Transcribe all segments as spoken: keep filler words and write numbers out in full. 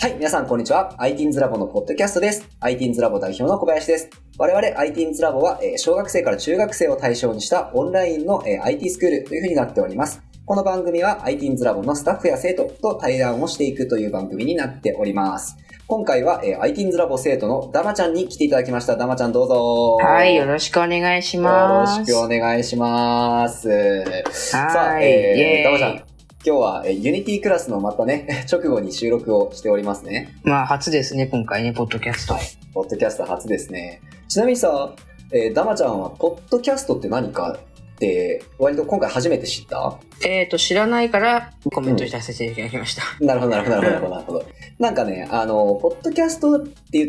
はい、皆さんこんにちは。アイティーンズ ラボのポッドキャストです。アイティーンズ ラボ代表の小林です。我々 アイティーンズ ラボは、えー、小学生から中学生を対象にしたオンラインの、えー、アイティー スクールという風になっております。この番組は アイティーンズ ラボのスタッフや生徒と対談をしていくという番組になっております。今回は、えー、アイティーンズ ラボ生徒のダマちゃんに来ていただきました。ダマちゃんどうぞ。 はい、よろしくお願いします。 よろしくお願いします。 はい。 さあ、えー、ダマちゃん。今日は、えー、ユニティクラスのまたね、直後に収録をしておりますね。 まあ、初ですね、今回ね、ポッドキャスト。 ポッドキャスト初ですね。ちなみにさ、えー、ダマちゃんは、ポッドキャストって何かって、割と今回初めて知った？ えっと、知らないからコメントさせていただきました。 うん、なるほど、なるほど、なるほど、なるほど。なんかね、あの、ポッドキャストって言って、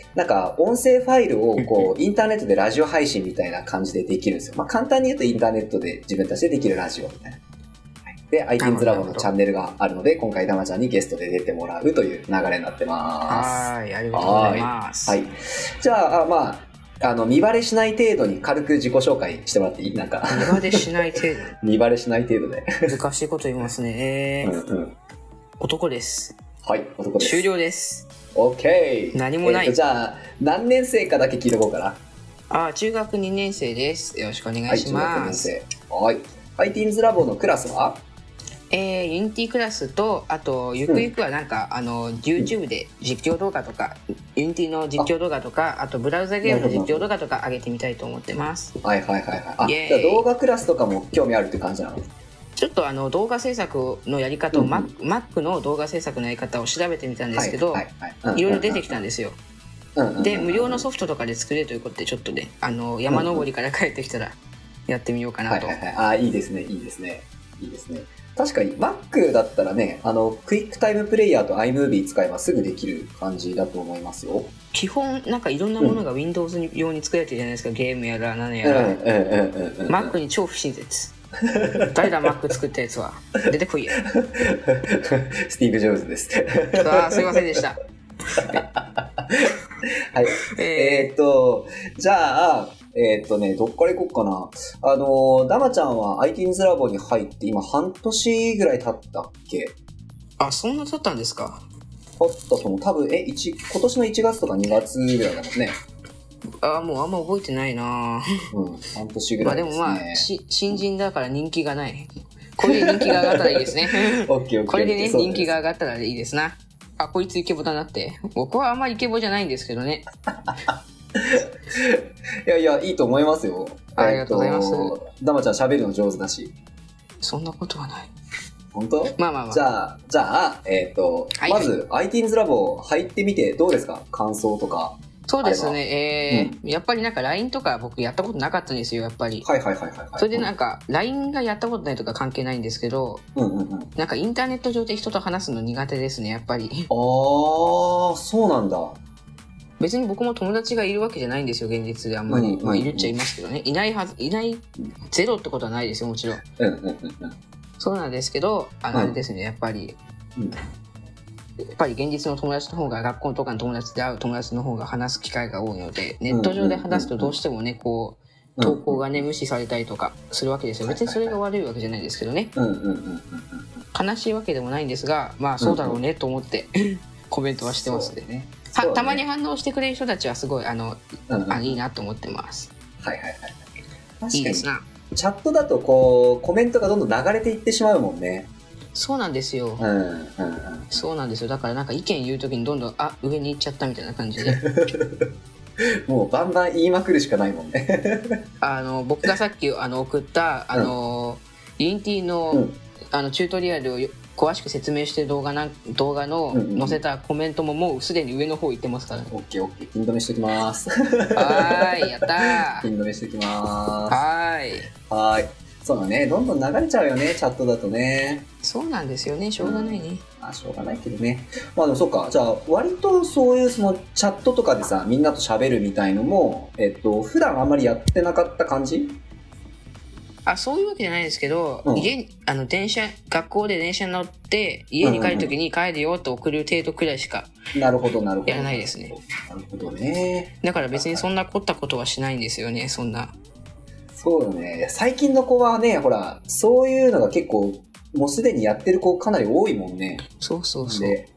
なんか、音声ファイルを、こう、インターネットでラジオ配信みたいな感じでできるんですよ。まあ、簡単に言うとインターネットで自分たちでできるラジオみたいな。で、アイティーンズ ラボのチャンネルがあるので、今回ダマちゃんにゲストで出てもらうという流れになってます。 はい、ありがとうございます。 はい。じゃあ、まあ、あの、見バレしない程度に軽く自己紹介してもらっていい？なんか。 見バレしない程度見バレしない程度で。 難しいこと言いますね。えー、うんうん、男です。 はい、男です。 終了です。 OK。 何もない。 えー、じゃあ、何年生かだけ聞いとこうかな。 あ、中学にねん生です。よろしくお願いします。はい、中学にねん生。 はい。アイティーンズ ラボのクラスは？ えー、ユニティクラスと、あとゆくゆくはなんか、うん、あの YouTube で実況動画とか、うん、ユニティの実況動画とか、あとブラウザゲームの実況動画とか上げてみたいと思ってます。 はいはいはいはい。あ、じゃあ動画クラスとかも興味あるって感じなの？ ちょっとあの動画制作のやり方を、うんうん、Mac の動画制作のやり方を調べてみたんですけど、はいろいろ出てきたんですよ。で、無料のソフトとかで作れるということで、ちょっとね、あの山登りから帰ってきたらやってみようかなと。 はいはいはい、あ、いいですね、いいですね、いいですね。確かに Mac だったらね、あのクイックタイムプレイヤーと iMovie 使えばすぐできる感じだと思いますよ。 基本なんかいろんなものが Windows 用に作られてるじゃないですか、うん、ゲームやら何やら、うんうんうんうん、Mac に超不親切。誰だ Mac 作ったやつは、出てこいや。 スティーブ・ジョブズです。 あ、すいませんでした。 はい、えー、えー、っとじゃあえー、っとね、どっから行こうかな。あのー、ダマちゃんは アイティーンズ ラボに入って今半年ぐらい経ったっけ？ あ、そんな経ったんですか？ 経ったと思う。多分、え、1、今年のいちがつとかにがつぐらいだもんね。 あ、もうあんま覚えてないな。 うん、半年ぐらいですね。 まあでもまあ、し新人だから人気がない。これで人気が上がったらいいですね。 オッケーオッケー。 これでね、人気が上がったらいいですな。あ、こいつイケボだなって。僕はあんまりイケボじゃないんですけどね。 いやいや、いいと思いますよ。 ありがとうございます。 ダマちゃん喋るの上手だし。 そんなことはない。 本当？ まあまあまあ。 じゃあ、じゃあ、えっと、はいはい、まず アイティーンズ ラボ入ってみてどうですか？感想とか。 そうですね、えーうん、やっぱりなんか ライン とか僕やったことなかったんですよ、やっぱり。 はいはいはいはい、はい。 それでなんか ライン がやったことないとか関係ないんですけど、うんうんうん、なんかインターネット上で人と話すの苦手ですね、やっぱり。 あー、そうなんだ。 別に僕も友達がいるわけじゃないんですよ、現実であんまり。うんうんうん、まあいるっちゃいますけどね。いないはず、いない、ゼロってことはないですよ、もちろん。うんうんうんうん、そうなんですけど、あの、あれですね、やっぱり。うんやっぱり現実の友達の方が学校とかの友達で会う友達の方が話す機会が多いので、ネット上で話すとどうしてもね、こう投稿がね無視されたりとかするわけですよ。別にそれが悪いわけじゃないですけどね。悲しいわけでもないんですが、まあそうだろうねと思ってコメントはしてますね。たたまに反応してくれる人たちはすごいあの、うんうん、あいいなと思ってます。 はいはいはい。確かにいいですな。 チャットだとこうコメントがどんどん流れていってしまうもんね。 そうなんですよ、うんうんうん、そうなんですよ。だからなんか意見言うときにどんどんあ上に行っちゃったみたいな感じでもうバンバン言いまくるしかないもんねあの僕がさっきあの送ったあの、うん、ユニティの、うん、あのチュートリアルを詳しく説明してる動画な動画の載せたコメントももうすでに上の方行ってますからね。 オッケーオッケー、ピン止めしておきますはーい、やったーピン止めしておきます。 はーいはーい。そうだね、どんどん流れちゃうよね、チャットだとね。 そうなんですよね、しょうがないね、うん、 あしょうがないけどね。まあでもそうか、じゃあ割とそういうそのチャットとかでさみんなと喋るみたいのもえっと普段あんまりやってなかった感じ？ あ、そういうわけじゃないですけど、うん、家あの電車学校で電車に乗って家に帰るときに帰るよと送る程度くらいしかやらないですね。 なるほどね。 だから別にそんな凝ったことはしないんですよね、そんな。 そうよね。最近の子はね、ほらそういうのが結構もうすでにやってる子かなり多いもんね。 そうそうそう。 で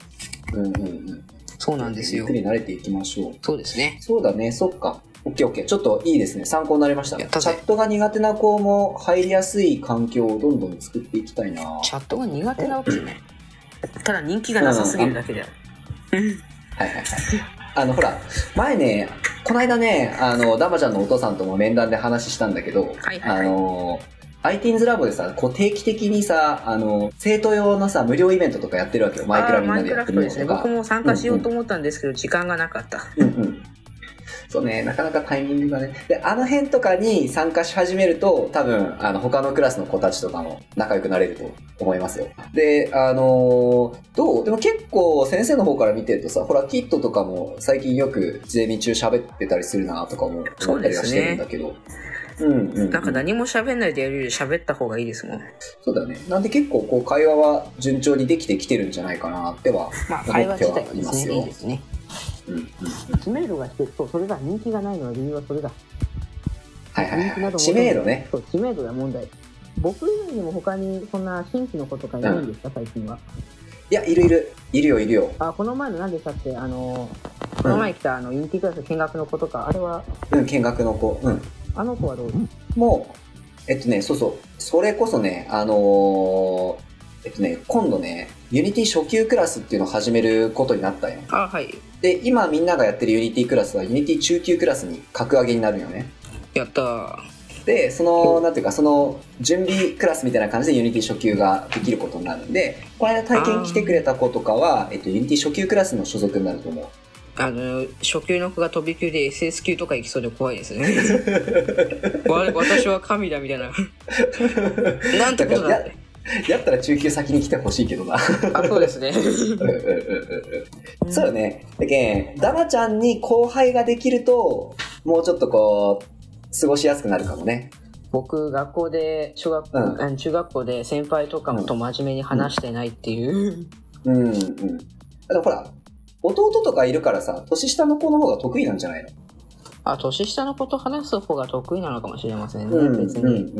うんうんうん。 そうなんですよ。 ゆっくり慣れていきましょう。 そうですね。 そうだね、そっか。オッケーオッケー。ちょっといいですね。参考になりました。チャットが苦手な子も入りやすい環境をどんどん作っていきたいな。 チャットが苦手なわけじゃない。ただ人気がなさすぎるだけである。 うん、はいはいはい。あのほら前ね、この間ね、あのダマちゃんのお父さんとも面談で話したんだけど、 はいはいはい、 あの アイティーンズ ラボでさ、こう定期的にさ、あの生徒用のさ無料イベントとかやってるわけよ。マイクラみんなでやってみようとか。 マイクラフトですね。僕も参加しようと思ったんですけど、うんうん、時間がなかった。 うんうん。そうね、なかなかタイミングがね。で、あの辺とかに参加し始めると、多分、あの、他のクラスの子たちとかも仲良くなれると思いますよ。で、あのー、どうでも結構先生の方から見てるとさ、ほら、キットとかも最近よくゼミ中喋ってたりするなとかも思ったりはしてるんだけど。うんうんうん、 なんか何も喋んないでやるより喋った方がいいですもん。 そうだね。なんで結構こう会話は順調にできてきてるんじゃないかなってはまあ会話自体はですね、いいですね。うんうんうん、知名度が低い、そう、それだ、人気がないのは理由はそれだ。 はいはいはい。知名度ね。 そう、知名度が問題。僕以外にも他にそんな新規の子とかいないんですか、うん、最近は。 いや、いるいる。いるよいるよ。 あ、この前の何でしたっけ、あの、この前来たあの、インティクラス見学の子とか、あれは。 うん、見学の子。うん。 あの子はどう？ もう、えっとね、そうそう。それこそね、あのー、えっとね、今度ね、ユニティ初級クラスっていうのを始めることになったよ。 あ、はい。 で、今みんながやってるユニティクラスはユニティ中級クラスに格上げになるよね。 やったー。 で、その、なんていうか、その準備クラスみたいな感じでユニティ初級ができることになるんで、この間体験来てくれた子とかは、えっと、ユニティ初級クラスの所属になると思う。 あの、初級の子が飛び級で エスエス 級とか行きそうで怖いですね。私は神だみたいな。なんてことだって。 やったら中級先に来てほしいけどな。 あ、そうですね。 そうよね。だけん、ダマちゃんに後輩ができると、もうちょっとこう、過ごしやすくなるかもね。 僕、学校で、小学校、うん、中学校で先輩とかもと真面目に話してないっていう。 うん、うん、うん。でもほら、弟とかいるからさ、年下の子の方が得意なんじゃないの？ あ、年下の子と話す方が得意なのかもしれませんね、うん、別に。うん、うん、うん、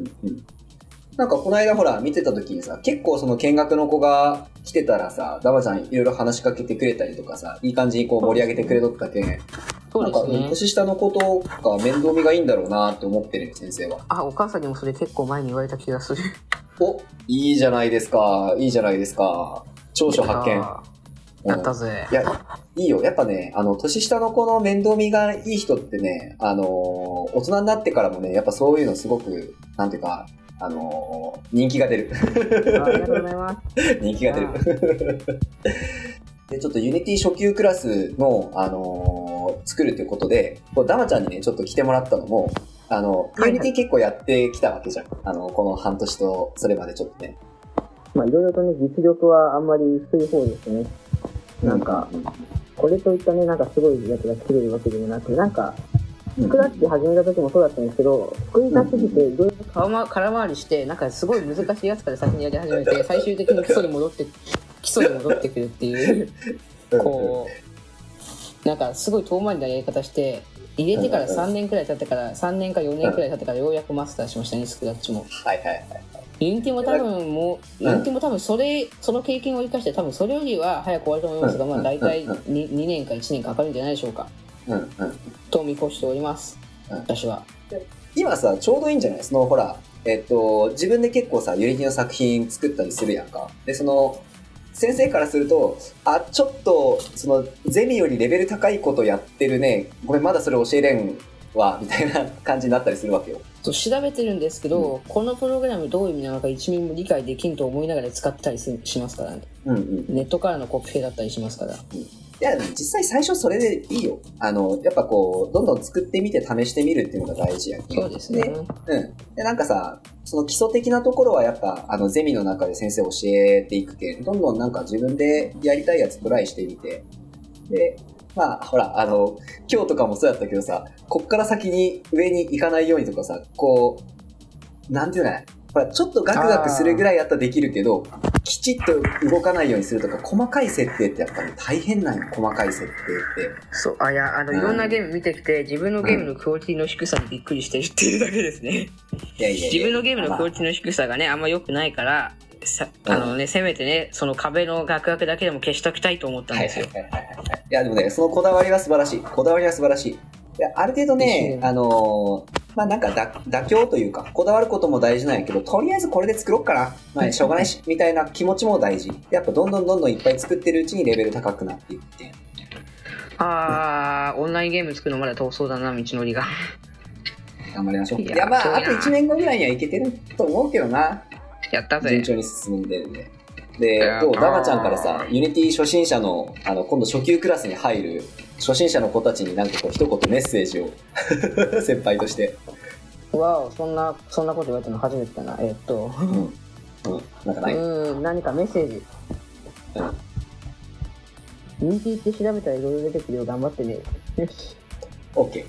うん。 なんかこの間ほら見てた時にさ、結構その見学の子が来てたらさ、ダマちゃんいろいろ話しかけてくれたりとかさ、いい感じにこう盛り上げてくれとったけん、そうですね、なんか年下の子とか面倒見がいいんだろうなって思ってる先生は。あ、 お母さんにもそれ結構前に言われた気がする。 お、いいじゃないですか、いいじゃないですか。長所発見。 やったぜ。 うん、いや、いいよ。やっぱね、あの、年下の子の面倒見がいい人ってね、あのー、大人になってからもね、やっぱそういうのすごく、なんていうか、あのー、人気が出る。 ありがとうございます。 人気が出る。で、ちょっとユニティ初級クラスの、あのー、作るということで、ダマちゃんにね、ちょっと来てもらったのも、あの、ユニティ結構やってきたわけじゃん。あの、この半年と、それまでちょっとね。 まあ、いろいろとね、実力はあんまり薄い方ですね。なんか、うん、これといったね、なんかすごいやつが作れるわけでもなく、なんか、スクラッチ始めた時もそうだったんですけど、作りたすぎていろいろ空回りして、なんかすごい難しいやつから先にやり始めて、最終的に基礎に戻って基礎に戻ってくるっていうこうなんかすごい遠回りなやり方して、入れてからさんねんくらい経ってからさんねんかよねんくらい経ってからようやくマスターしましたね、スクラッチも。 はいはいはい。 ユニティも多分もう、ユニティも多分それ、その経験を生かして多分それよりは早く終わると思いますが、まあ大体 2, 2年かいちねんかかるんじゃないでしょうか。うんうん。と見越しております。うん、私は。 今さ、ちょうどいいんじゃない？そのほら、えっと、自分で結構さ、ユニティの作品作ったりするやんか。で、その、先生からすると、あ、ちょっと、その、ゼミよりレベル高いことやってるね。ごめん、まだそれ教えれんわ、みたいな感じになったりするわけよ。 そう調べてるんですけど、うん、このプログラムどういう意味なのか一ミリも理解できんと思いながら使ったりしますから、ね、うんうん、ネットからのコピペだったりしますから。うん、 いや、実際最初それでいいよ。あの、やっぱこう、どんどん作ってみて試してみるっていうのが大事やん。 そうですね。 うん。で、なんかさ、その基礎的なところはやっぱ、あの、ゼミの中で先生教えていくけん、どんどんなんか自分でやりたいやつトライしてみて、で、まあ、ほら、あの、今日とかもそうやったけどさ、こっから先に上に行かないようにとかさ、こう、なんていうのかな、ほら、ちょっとガクガクするぐらいやったらできるけど、きちっと動かないようにするとか、細かい設定ってやっぱり大変なんよ、細かい設定って。 そう、あ、いや、あの、うん、いろんなゲーム見てきて、自分のゲームのクオリティの低さにびっくりしてるっていうだけですね。 いやいやいや、 自分のゲームのクオリティの低さがね、あんま良くないから、 さあのね、せめてねその壁のガクガクだけでも消しときたいと思ったんですよ。 はいはいはいはい、はい、いやでもねそのこだわりは素晴らしい。こだわりは素晴らしい。いやある程度ねあのー、まあなんかだ妥協というかこだわることも大事なんやけど、とりあえずこれで作ろっかな、まあ、しょうがないしみたいな気持ちも大事。やっぱどんどんどんどんいっぱい作ってるうちにレベル高くなっていって。 あー、オンラインゲーム作るのまだ遠そうだな、道のりが。 頑張りましょう。いや、いやまああといちねんごぐらいにはいけてると思うけどな。 やったぜ。 順調に進んでるんで。で、どうダマちゃんからさ、ユニティ初心者の、あの、今度初級クラスに入る初心者の子たちになんかこう一言メッセージを先輩として。 わお、そんな、そんなこと言われたの初めてだな。えー、っと、うん。うん。 なんかない？ うん、何かメッセージ。うん。ユニティって調べたらいろいろ出てくるよ。頑張ってね。よし。 OK。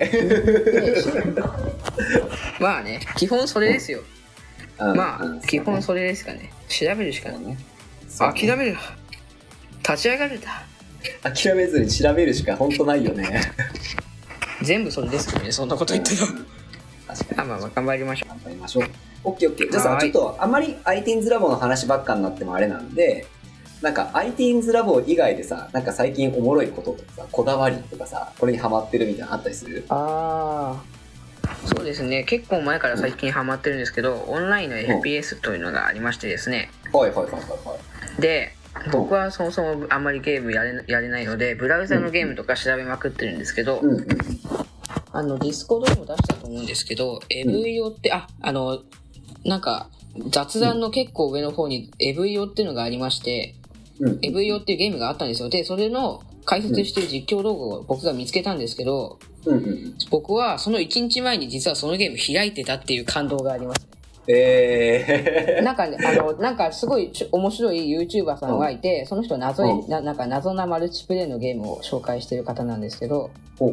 まあね、基本それですよ。うん、まあ、うん、基本それですかね。調べるしかない。ね、諦める。立ち上がるだ。 諦めずに調べるしか本当ないよね。 全部それですよね。そんなこと言ってたら。確かに。あ、まあまあ頑張りましょう。 頑張りましょう。OK OK。じゃあさ、ちょっとあんまり アイティーンズ ラボの話ばっかになってもあれなんで。なんか アイティーンズ ラボ以外でさ、なんか最近おもろいこととかさ、こだわりとかさ、これにハマってるみたいなのあったりする？ ああ、そうですね。結構前から最近ハマってるんですけど、オンラインの エフピーエス というのがありましてですね。 はいはいはいはいはい。 で、僕はそもそもあんまりゲームやれ、やれないので、ブラウザのゲームとか調べまくってるんですけど、うんうん、あの、ディスコードでも出したと思うんですけど、エブイオ って、あ、あの、なんか、雑談の結構上の方に エブイオ っていうのがありまして、うん、エブイオ っていうゲームがあったんですよ。で、それの解説してる実況動画を僕が見つけたんですけど、うんうん、僕はそのいちにちまえに実はそのゲーム開いてたっていう感動があります。えー、なんかね、あの、なんかすごい面白い YouTuber さんがいて、うん、その人謎に、うん、な, なんか謎なマルチプレイのゲームを紹介してる方なんですけど、うん、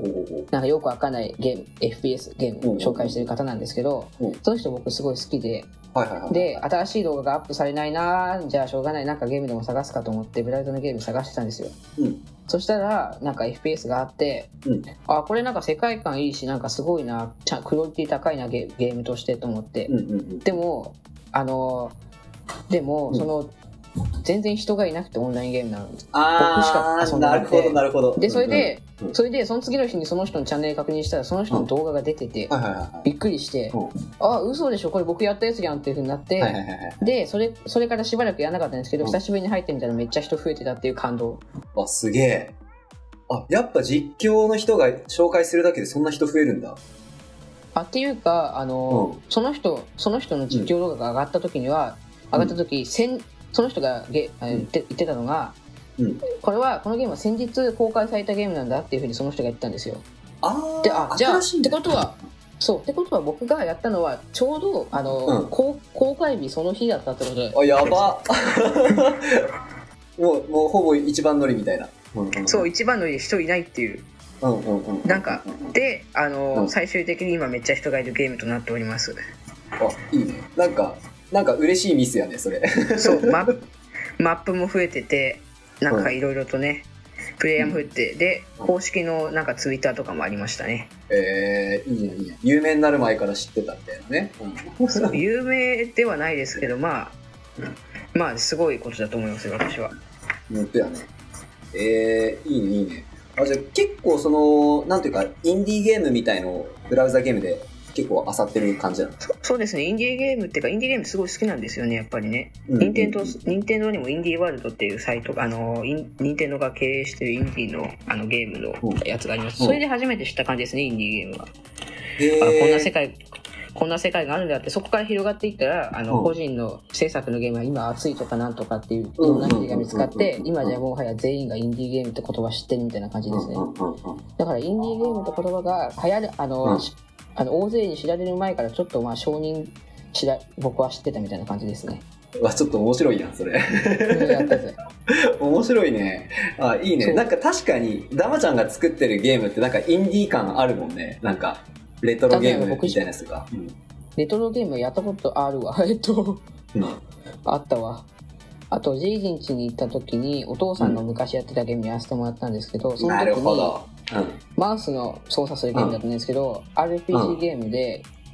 なんかよくわかんないゲーム、エフピーエス ゲームを紹介してる方なんですけど、うん、その人僕すごい好きで、はいはいはい、で、新しい動画がアップされないなー、じゃあしょうがない、なんかゲームでも探すかと思ってブラウザのゲーム探してたんですよ。うん、そしたらなんか エフピーエス があって、うん、あ、これなんか世界観いいし、なんかすごいな、ちゃクオリティ高いな ゲ, ゲームとしてと思って、うんうんうん、でもあのでも、うん、その全然人がいなくてオンラインゲームなの。僕しか遊んでなくて。なるほどなるほど。でそれで、うんうん、それでその次の日にその人のチャンネル確認したらその人の動画が出てて、うん、びっくりして、うん、あ、嘘でしょ、これ僕やったやつやんっていう風になって、はいはいはいはい、でそれそれからしばらくやらなかったんですけど、うん、久しぶりに入ってみたらめっちゃ人増えてたっていう感動。 あ、すげえ。あ、やっぱ実況の人が紹介するだけでそんな人増えるんだ。 あ、っていうかあの、うん、その人その人の実況動画が上がった時には、うん、上がった時千その人がゲ言って、言ってたのが、うん、これはこのゲームは先日公開されたゲームなんだっていうふうにその人が言ったんですよ。あであじゃあってことはそうってことは僕がやったのはちょうどあの、うん、公, 公開日その日だったってことで。 あ、やばもうもうほぼ一番乗りみたいな、 うんうん、そう一番乗りで人いないっていう、うんうんうん、なんかであの、うん、最終的に今めっちゃ人がいるゲームとなっております。 あ、いいね。なんかなんか嬉しいミスやねそれ。 そうマップマップも増えてて、なんかいろいろとね、うん、プレイヤーも増えて、で公式のなんかツイッターとかもありましたね。 えー、いいねいいね。有名になる前から知ってたみたいなね。 うん、そう有名ではないですけど、まあ、うん、まあすごいことだと思いますよ私は。 本当やね。えー、いいねいいね。あ、じゃあ結構そのなんていうかインディーゲームみたいのをブラウザゲームで結構漁ってる感じなの？ そ, そうですね。インディーゲームっていうかインディーゲームすごい好きなんですよねやっぱりね。任天堂任天堂にもインディーワールドっていうサイトあの任天堂が経営してるインディーのあのゲームのやつがあります。それで初めて知った感じですねインディーゲームは。あ、こんな世界こんな世界があるんだって、そこから広がっていったらあの個人の制作のゲームは今熱いとかなんとかっていういろんな記事が見つかって、今じゃもはや全員がインディーゲームって言葉知ってるみたいな感じですね。だからインディーゲームって言葉が流行るあの、うんあの大勢に知られる前からちょっとまあ承認知ら僕は知ってたみたいな感じですね。 わ、ちょっと面白いやんそれ。やったぜ。面白いね。あ、いいね。なんか確かにダマちゃんが作ってるゲームってなんかインディー感あるもんね。なんかレトロゲームみたいなやつが、うん、 レトロゲームやったことあるわ。えっと、うん、あったわ。あとジージン家に行った時にお父さんの昔やってたゲームやらせてもらったんですけど、うん、その時にうん、マウスの操作するゲームだったんですけど、うん、アールピージー ゲームで、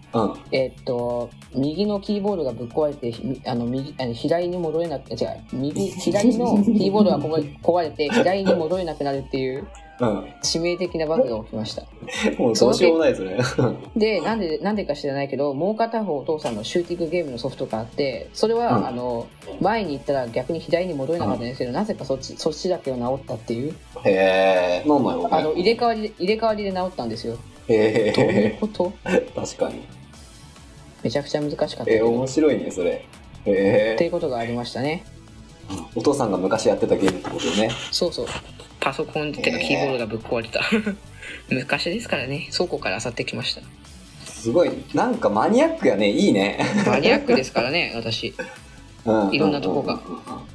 うん、 えっと右のキーボードがぶっ壊れてあの右あの左に戻れなく違う右左のキーボードが壊れて左に戻れなくなるっていううん、 致命的なバグが起きました。 もうどうしようもないですね。 で、なんで、なんでか知らないけど、もう片方お父さんのシューティングゲームのソフトがあって、それは、うん、あの、前に行ったら逆に左に戻れなかったんですけど、うん、なぜかそっち、そっちだけを直ったっていう。 へー、なんなんよね。 あの、入れ替わりで、入れ替わりで直ったんですよ。 へー。 どういうこと？ 確かに。 めちゃくちゃ難しかったけど。 えー、面白いね、それ。へー。 っていうことがありましたね。 お父さんが昔やってたゲームってことね。 そうそう。パソコンっていうかキーボードがぶっ壊れた昔ですからね、倉庫から漁ってきました。 すごいなんかマニアックやね。いいね。 マニアックですからね私、うん、いろんなとこが。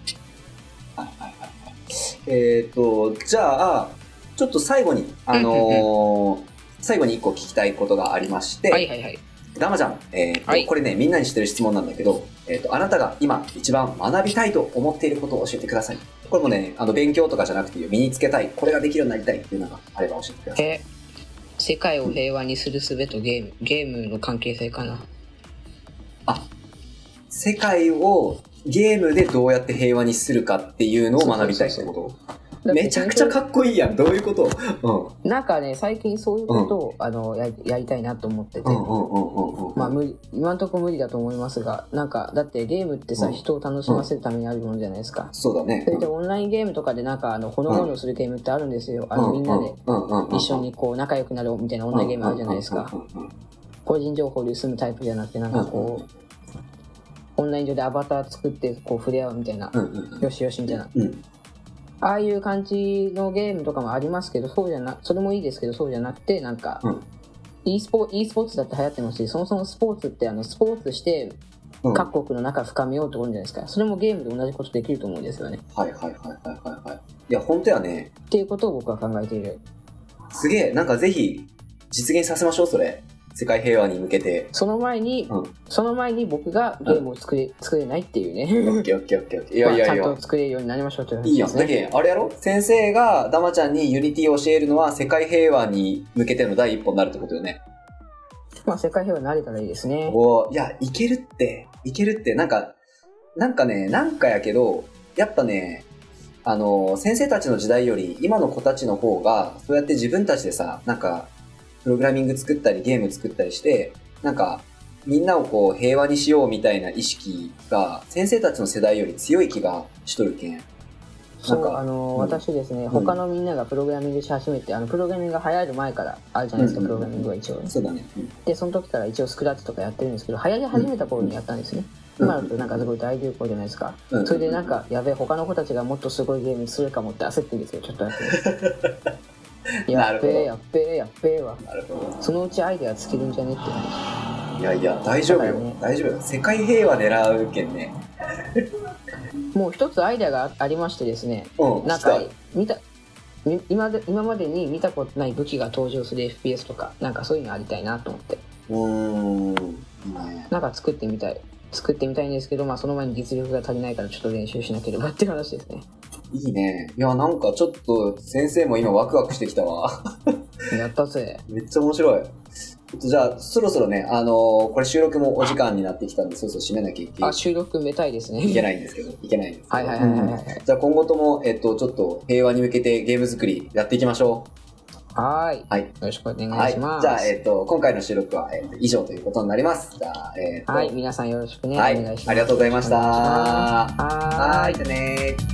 えっとじゃあちょっと最後にあのーうんうん、最後に一個聞きたいことがありまして、 はいはいはい。 ダマちゃん、えーとはい、 これねみんなにしてる質問なんだけど、えーと、あなたが今一番学びたいと思っていることを教えてください。これもねあの勉強とかじゃなくて身につけたい、これができるようになりたいっていうのがあれば教えてください。 え世界を平和にする術とゲーム、ゲームの関係性かな。 あ、世界をゲームでどうやって平和にするかっていうのを学びたいってこと？そうそうそうそう。めちゃくちゃかっこいいやん。どういうこと？ うん、なんかね最近そういうことを、うん、あの や, やりたいなと思ってて、まあ無理今のところ無理だと思いますが、なんかだってゲームってさ、うん、人を楽しませるためにあるものじゃないですか、 うん、そうだね。 それでオンラインゲームとかでなんかあのほのぼのするゲームってあるんですよ、うん、あのみんなで一緒にこう仲良くなるみたいなオンラインゲームあるじゃないですか。個人情報で盗むタイプじゃなくてなんかこう、オンライン上でアバター作ってこう触れ合うみたいな、よしよしみたいな、うんああいう感じのゲームとかもありますけど、そうじゃな、それもいいですけど、そうじゃなくて、なんか、うん、e スポ、e スポーツだって流行ってますし、そもそもスポーツってあのスポーツして各国の仲深めようってことじゃないですか。それもゲームで同じことできると思うんですよね。 はいはいはいはいはいはい。いや本当やね。 っていうことを僕は考えている。 すげえ、なんかぜひ実現させましょうそれ。世界平和に向けて。 その前に、うん、その前に僕がゲームを作れ、うん、作れないっていうね。 オッケーオッケーオッケーオッケー。いやいやいや。 ちゃんと作れるようになりましょうという話ですね。いいやん。だけあれやろ？先生がダマちゃんにユニティを教えるのは世界平和に向けての第一歩になるってことよね。 まあ世界平和になれたらいいですね。 おいや、いけるって、いけるって、なんか、なんかね、なんかやけど、やっぱね、あの、先生たちの時代より今の子たちの方が、そうやって自分たちでさ、なんか、プログラミング作ったりゲーム作ったりして、なんか、みんなをこう平和にしようみたいな意識が先生たちの世代より強い気がしとるけん。 そう、あの、うん、私ですね、他のみんながプログラミングし始めて、あのプログラミングが流行る前からあるじゃないですか、うん、プログラミングは一応、ね、 そうだね、うん、 でその時から一応スクラッチとかやってるんですけど、流行り始めた頃にやったんですね、うん、今だとなんかすごい大流行じゃないですか、うん、それでなんかやべえ他の子たちがもっとすごいゲームするかもって焦ってるんですよ、ちょっとやってやっべえやっべえやっべえはそのうちアイデア尽きるんじゃねって話。 いやいや大丈夫よ、ね、大丈夫よ、世界平和狙うけんねもう一つアイデアがありましてですね、 うん、 なんか見た 今, で今までに見たことない武器が登場する エフピーエス とかなんかそういうのありたいなと思って、 うーん、 なんか作ってみたい作ってみたいんですけど、まあその前に実力が足りないからちょっと練習しなければっていう話ですね。 いいね。いやなんかちょっと先生も今ワクワクしてきたわやったぜ。 めっちゃ面白い。じゃあそろそろね、あのー、これ収録もお時間になってきたんで、そろそろ締めなきゃいけない。 あ、収録めたいですね。 いけないんですけど、いけないんですけど。 はいはいはいはい、はい、 じゃあ今後とも、えっと、ちょっと平和に向けてゲーム作りやっていきましょう。はい。 はい。 よろしくお願いします。 はい、じゃあ、えっと、今回の収録は、えっと、以上ということになります。じゃあ、えっと。 はい、皆さんよろしくね。 はい、 お願いします。 ありがとうございました。 はーい。じゃあねー。